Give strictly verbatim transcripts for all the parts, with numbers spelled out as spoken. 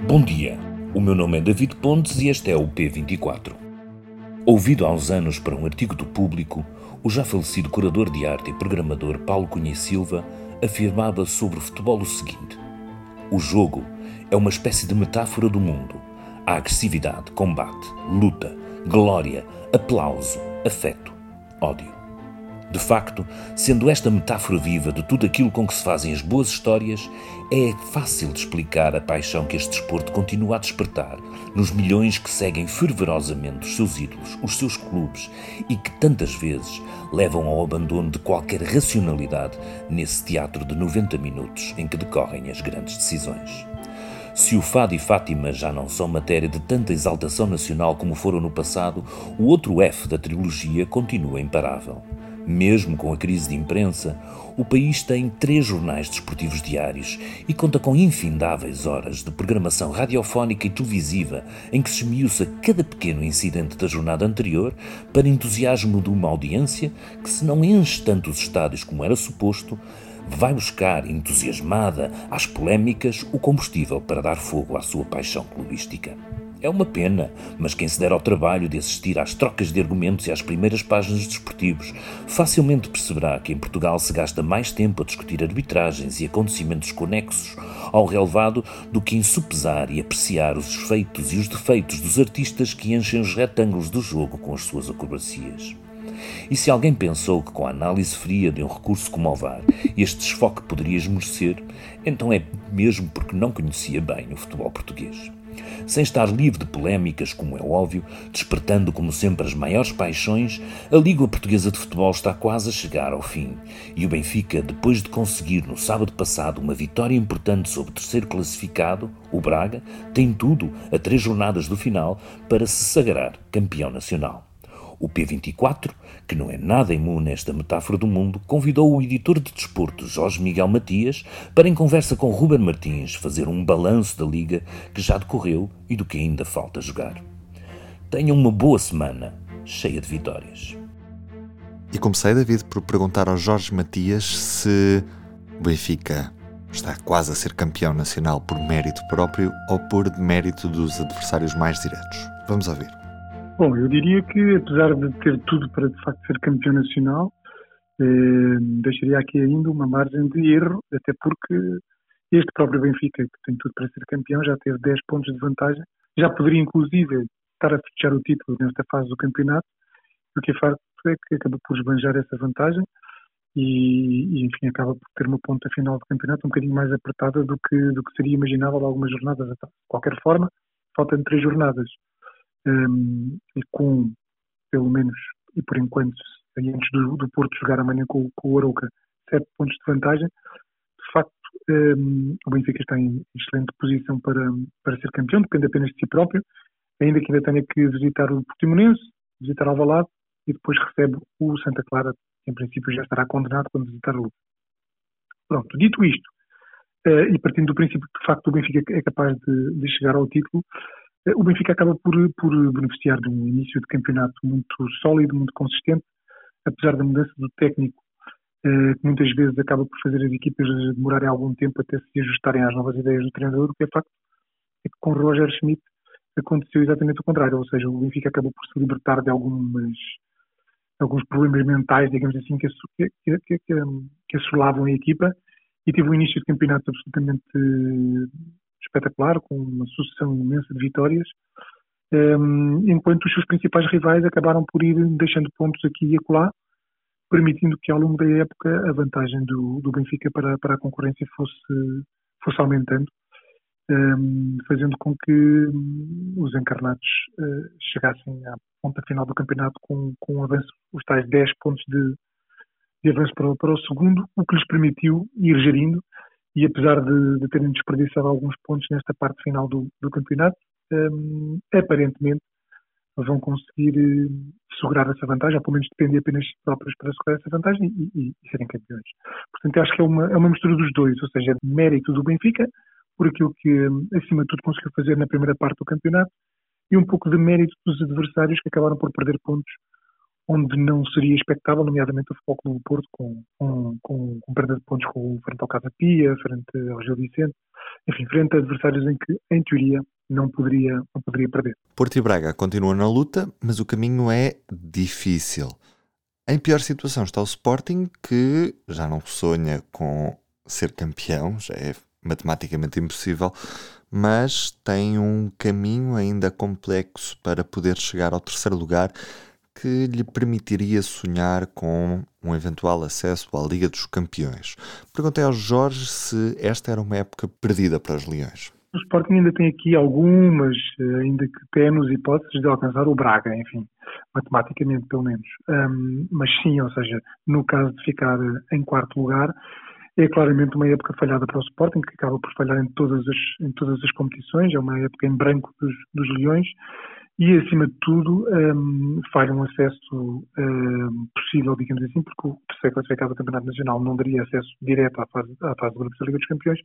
Bom dia, o meu nome é David Pontes e este é o P vinte e quatro. Ouvido há uns anos para um artigo do Público, o já falecido curador de arte e programador Paulo Cunha e Silva afirmava sobre o futebol o seguinte: o jogo é uma espécie de metáfora do mundo. Há agressividade, combate, luta, glória, aplauso, afeto, ódio. De facto, sendo esta metáfora viva de tudo aquilo com que se fazem as boas histórias, é fácil de explicar a paixão que este desporto continua a despertar nos milhões que seguem fervorosamente os seus ídolos, os seus clubes, e que tantas vezes levam ao abandono de qualquer racionalidade nesse teatro de noventa minutos em que decorrem as grandes decisões. Se o Fado e Fátima já não são matéria de tanta exaltação nacional como foram no passado, o outro F da trilogia continua imparável. Mesmo com a crise de imprensa, o país tem três jornais desportivos diários e conta com infindáveis horas de programação radiofónica e televisiva em que se esmiuça cada pequeno incidente da jornada anterior para entusiasmo de uma audiência que, se não enche tanto os estádios como era suposto, vai buscar, entusiasmada, às polémicas, o combustível para dar fogo à sua paixão clubística. É uma pena, mas quem se der ao trabalho de assistir às trocas de argumentos e às primeiras páginas desportivos facilmente perceberá que em Portugal se gasta mais tempo a discutir arbitragens e acontecimentos conexos ao relevado do que em sopesar e apreciar os feitos e os defeitos dos artistas que enchem os retângulos do jogo com as suas acrobacias. E se alguém pensou que com a análise fria de um recurso como o V A R este desfoque poderia esmorecer, então é mesmo porque não conhecia bem o futebol português. Sem estar livre de polémicas, como é óbvio, despertando como sempre as maiores paixões, a Liga Portuguesa de Futebol está quase a chegar ao fim. E o Benfica, depois de conseguir no sábado passado uma vitória importante sobre o terceiro classificado, o Braga, tem tudo, a três jornadas do final, para se sagrar campeão nacional. O P vinte e quatro, que não é nada imune a esta metáfora do mundo, convidou o editor de desporto Jorge Miguel Matias para, em conversa com Ruben Martins, fazer um balanço da Liga que já decorreu e do que ainda falta jogar. Tenham uma boa semana, cheia de vitórias. E comecei, David, por perguntar ao Jorge Matias se o Benfica está quase a ser campeão nacional por mérito próprio ou por mérito dos adversários mais diretos. Vamos ouvir. Bom, eu diria que, apesar de ter tudo para, de facto, ser campeão nacional, eh, deixaria aqui ainda uma margem de erro, até porque este próprio Benfica, que tem tudo para ser campeão, já teve dez pontos de vantagem, já poderia, inclusive, estar a fechar o título nesta fase do campeonato, o que é facto é que acaba por esbanjar essa vantagem e, e, enfim, acaba por ter uma ponta final do campeonato um bocadinho mais apertada do que, do que seria imaginável algumas jornadas atrás. De qualquer forma, faltam três jornadas. Um, e com, pelo menos, e por enquanto, antes do, do Porto jogar amanhã com, com o Arouca, sete pontos de vantagem, de facto, um, o Benfica está em excelente posição para, para ser campeão, depende apenas de si próprio, ainda que ainda tenha que visitar o Portimonense, visitar Alvalade e depois recebe o Santa Clara, que em princípio já estará condenado quando visitar a Luta. Pronto, dito isto, uh, e partindo do princípio que de facto o Benfica é capaz de, de chegar ao título, o Benfica acaba por, por beneficiar de um início de campeonato muito sólido, muito consistente, apesar da mudança do técnico, eh, que muitas vezes acaba por fazer as equipas demorarem algum tempo até se ajustarem às novas ideias do treinador. O que é facto é que com o Roger Schmidt aconteceu exatamente o contrário, ou seja, o Benfica acabou por se libertar de algumas, alguns problemas mentais, digamos assim, que, que, que, que, que assolavam a equipa e teve um início de campeonato absolutamente espetacular, com uma sucessão imensa de vitórias, um, enquanto os seus principais rivais acabaram por ir deixando pontos aqui e acolá, permitindo que ao longo da época a vantagem do, do Benfica para, para a concorrência fosse, fosse aumentando, um, fazendo com que um, os encarnados uh, chegassem à ponta final do campeonato com, com um avanço, os tais dez pontos de, de avanço para, para o segundo, o que lhes permitiu ir gerindo. E apesar de, de terem desperdiçado alguns pontos nesta parte final do, do campeonato, um, aparentemente vão conseguir uh, segurar essa vantagem, ou pelo menos depender apenas de si próprios para segurar essa vantagem e, e, e serem campeões. Portanto, eu acho que é uma, é uma mistura dos dois, ou seja, mérito do Benfica, por aquilo que, acima de tudo, conseguiu fazer na primeira parte do campeonato, e um pouco de mérito dos adversários que acabaram por perder pontos onde não seria expectável, nomeadamente o Futebol Clube do Porto, com, com, com, com perda de pontos com, frente ao Casa Pia, frente ao Gil Vicente, enfim, frente a adversários em que, em teoria, não poderia, não poderia perder. Porto e Braga continuam na luta, mas o caminho é difícil. Em pior situação está o Sporting, que já não sonha com ser campeão, já é matematicamente impossível, mas tem um caminho ainda complexo para poder chegar ao terceiro lugar, que lhe permitiria sonhar com um eventual acesso à Liga dos Campeões. Perguntei ao Jorge se esta era uma época perdida para os Leões. O Sporting ainda tem aqui algumas, ainda que tenues hipóteses de alcançar o Braga, enfim, matematicamente pelo menos. Um, mas sim, ou seja, no caso de ficar em quarto lugar, é claramente uma época falhada para o Sporting, que acaba por falhar em todas as, em todas as competições, é uma época em branco dos, dos Leões, e acima de tudo um, falha um acesso um, possível, digamos assim, porque o terceiro classificado do Campeonato Nacional não daria acesso direto à fase, à fase de grupos da Liga dos Campeões,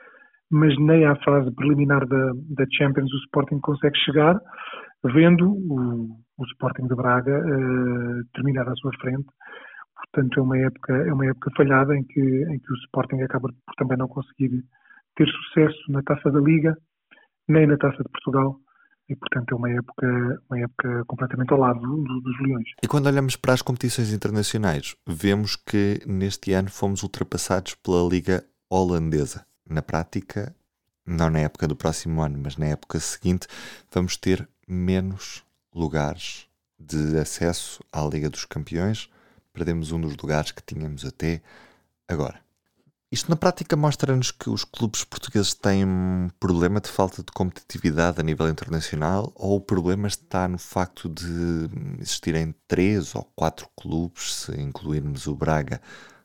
mas nem à fase preliminar da, da Champions o Sporting consegue chegar, vendo o, o Sporting de Braga uh, terminar à sua frente. Portanto, é uma época, é uma época falhada em que, em que o Sporting acaba por também não conseguir ter sucesso na Taça da Liga, nem na Taça de Portugal, e portanto é uma época, uma época completamente ao lado do, dos Leões. E quando olhamos para as competições internacionais, vemos que neste ano fomos ultrapassados pela Liga Holandesa. Na prática, não na época do próximo ano, mas na época seguinte, vamos ter menos lugares de acesso à Liga dos Campeões. Perdemos um dos lugares que tínhamos até agora. Isto na prática mostra-nos que os clubes portugueses têm um problema de falta de competitividade a nível internacional, ou o problema está no facto de existirem três ou quatro clubes, se incluirmos o Braga,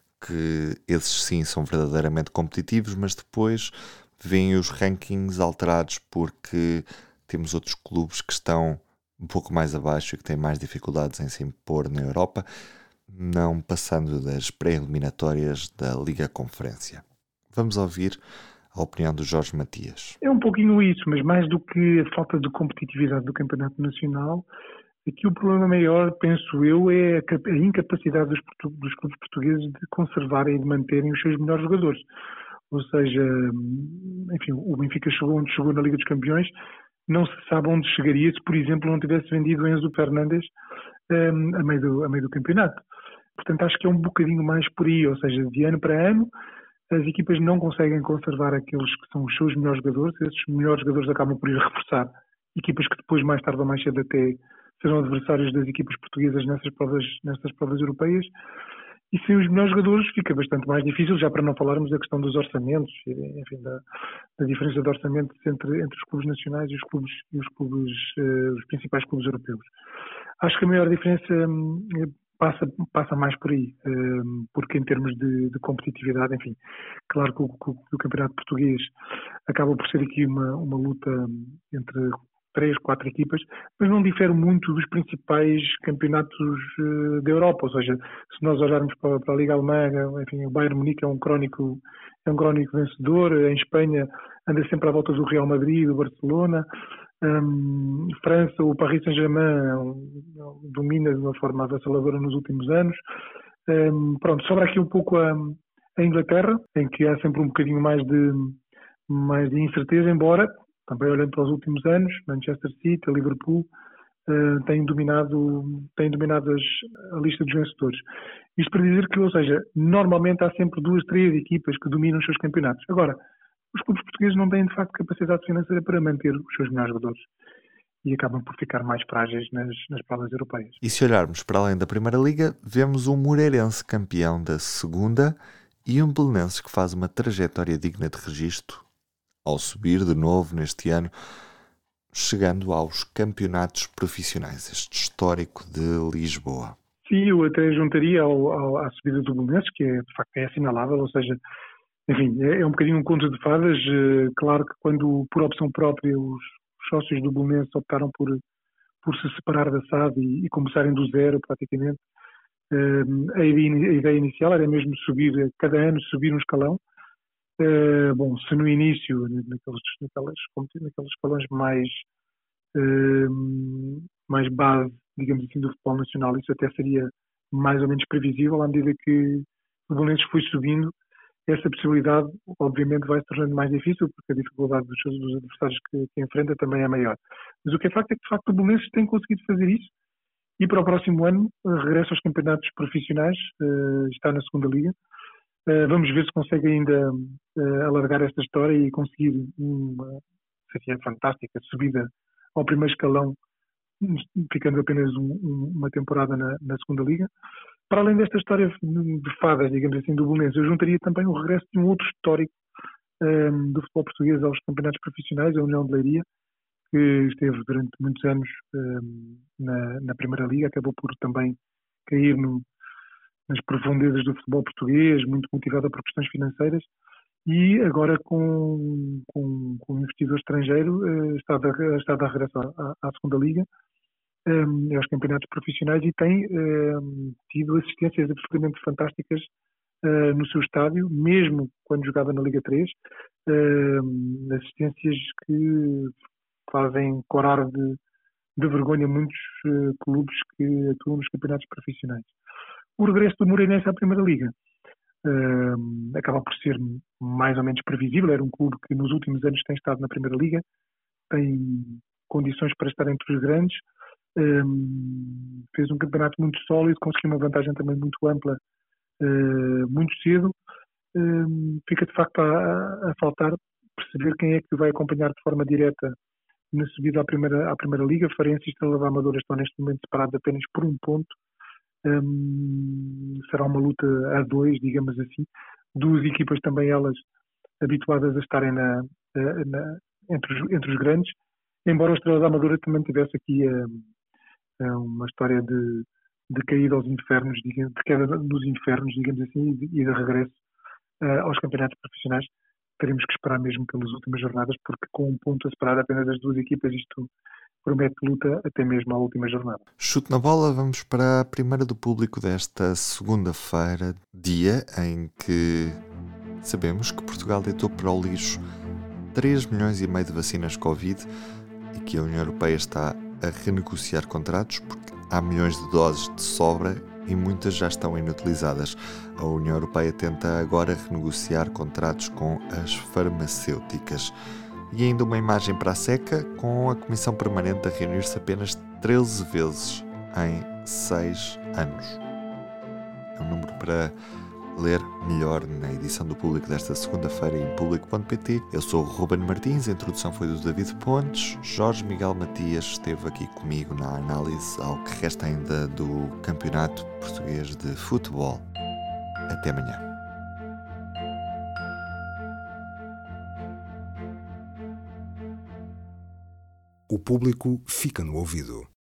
que esses sim são verdadeiramente competitivos, mas depois vêm os rankings alterados porque temos outros clubes que estão um pouco mais abaixo e que têm mais dificuldades em se impor na Europa, não passando das pré-eliminatórias da Liga Conferência. Vamos ouvir a opinião do Jorge Matias. É um pouquinho isso, mas mais do que a falta de competitividade do Campeonato Nacional, aqui o problema maior, penso eu, é a incapacidade dos, dos clubes portugueses de conservarem e de manterem os seus melhores jogadores. Ou seja, enfim, o Benfica chegou onde chegou na Liga dos Campeões, não se sabe onde chegaria se, por exemplo, não tivesse vendido Enzo Fernandes um, a, meio do, a meio do campeonato. Portanto, acho que é um bocadinho mais por aí, ou seja, de ano para ano, as equipas não conseguem conservar aqueles que são os seus melhores jogadores, esses melhores jogadores acabam por ir reforçar equipas que depois, mais tarde ou mais cedo, até serão adversários das equipas portuguesas nessas provas, nessas provas europeias, e sem os melhores jogadores fica bastante mais difícil, já para não falarmos da questão dos orçamentos, enfim, da, da diferença de orçamentos entre, entre os clubes nacionais e os clubes, e os, clubes uh, os principais clubes europeus. Acho que a maior diferença um, passa, passa mais por aí, um, porque em termos de, de competitividade, enfim, claro que o, que o campeonato português acaba por ser aqui uma, uma luta entre três, quatro equipas, mas não difere muito dos principais campeonatos uh, da Europa, ou seja, se nós olharmos para, para a Liga Alemã, enfim, o Bayern Munique é um crónico, é um crónico vencedor, em Espanha anda sempre à volta do Real Madrid, do Barcelona, um, França, o Paris Saint-Germain um, domina de uma forma avassaladora nos últimos anos, um, pronto, sobra aqui um pouco a, a Inglaterra, em que há sempre um bocadinho mais de, mais de incerteza, embora também olhando para os últimos anos, Manchester City, Liverpool, uh, têm dominado, têm dominado as, a lista dos vencedores. Isto para dizer que, ou seja, normalmente há sempre duas, três equipas que dominam os seus campeonatos. Agora, os clubes portugueses não têm, de facto, capacidade financeira para manter os seus melhores jogadores e acabam por ficar mais frágeis nas, nas provas europeias. E se olharmos para além da Primeira Liga, vemos um Moreirense campeão da Segunda e um Belenenses que faz uma trajetória digna de registro ao subir de novo neste ano, chegando aos campeonatos profissionais, este histórico de Lisboa. Sim, eu até juntaria ao, ao, à subida do Belenenses, que é, de facto é assinalável, ou seja, enfim, é, é um bocadinho um conto de fadas. Claro que quando, por opção própria, os, os sócios do Belenenses optaram por, por se separar da S A D e, e começarem do zero, praticamente, a ideia, a ideia inicial era mesmo subir, cada ano subir um escalão. Uh, bom, se no início, naqueles, naquelas, naqueles escalões mais, uh, mais base, digamos assim, do futebol nacional, isso até seria mais ou menos previsível, à medida que o Belenenses foi subindo, essa possibilidade, obviamente, vai se tornando mais difícil, porque a dificuldade dos, dos adversários que, que enfrenta também é maior. Mas o que é facto é que, de facto, o Belenenses tem conseguido fazer isso e para o próximo ano regressa aos campeonatos profissionais, uh, está na segunda liga. Uh, vamos ver se consegue ainda uh, alargar esta história e conseguir uma, seria fantástica, subida ao primeiro escalão, ficando apenas um, um, uma temporada na, na segunda liga. Para além desta história de fadas, digamos assim, do Belenenses, eu juntaria também o regresso de um outro histórico um, do futebol português aos campeonatos profissionais, a União de Leiria, que esteve durante muitos anos um, na, na Primeira Liga, acabou por também cair no, nas profundezas do futebol português, muito motivada por questões financeiras, e agora com, com, com um investidor estrangeiro uh, está, de, está de regresso à, à segunda Liga, um, aos campeonatos profissionais, e tem um, tido assistências absolutamente fantásticas uh, no seu estádio, mesmo quando jogava na Liga três, uh, assistências que fazem corar de, de vergonha muitos uh, clubes que atuam nos campeonatos profissionais. O regresso do Moreirense à Primeira Liga uh, acaba por ser mais ou menos previsível. Era um clube que nos últimos anos tem estado na Primeira Liga, tem condições para estar entre os grandes, uh, fez um campeonato muito sólido, conseguiu uma vantagem também muito ampla uh, muito cedo. Uh, fica de facto a, a faltar perceber quem é que vai acompanhar de forma direta na subida à primeira, à primeira Liga. Farense e Estrela da Amadora estão neste momento separados apenas por um ponto. Um, será uma luta a dois, digamos assim. Duas equipas também elas habituadas a estarem na, na, entre, os, entre os grandes, embora a Estrela da Amadora também tivesse aqui um, uma história de, de caída aos infernos, digamos, de queda nos infernos, digamos assim, e de, e de regresso uh, aos campeonatos profissionais. Teremos que esperar mesmo pelas últimas jornadas, porque com um ponto a separar apenas as duas equipas, isto promete luta até mesmo à última jornada. Chute na bola, vamos para a primeira do público desta segunda-feira, dia em que sabemos que Portugal deitou para o lixo três milhões e meio de vacinas Covid e que a União Europeia está a renegociar contratos porque há milhões de doses de sobra e muitas já estão inutilizadas. A União Europeia tenta agora renegociar contratos com as farmacêuticas. E ainda uma imagem para a seca, com a Comissão Permanente a reunir-se apenas treze vezes em seis anos. É um número para ler melhor na edição do Público desta segunda-feira em público ponto pt. Eu sou o Ruben Martins, a introdução foi do David Pontes, Jorge Miguel Matias esteve aqui comigo na análise ao que resta ainda do Campeonato Português de Futebol. Até amanhã. O público fica no ouvido.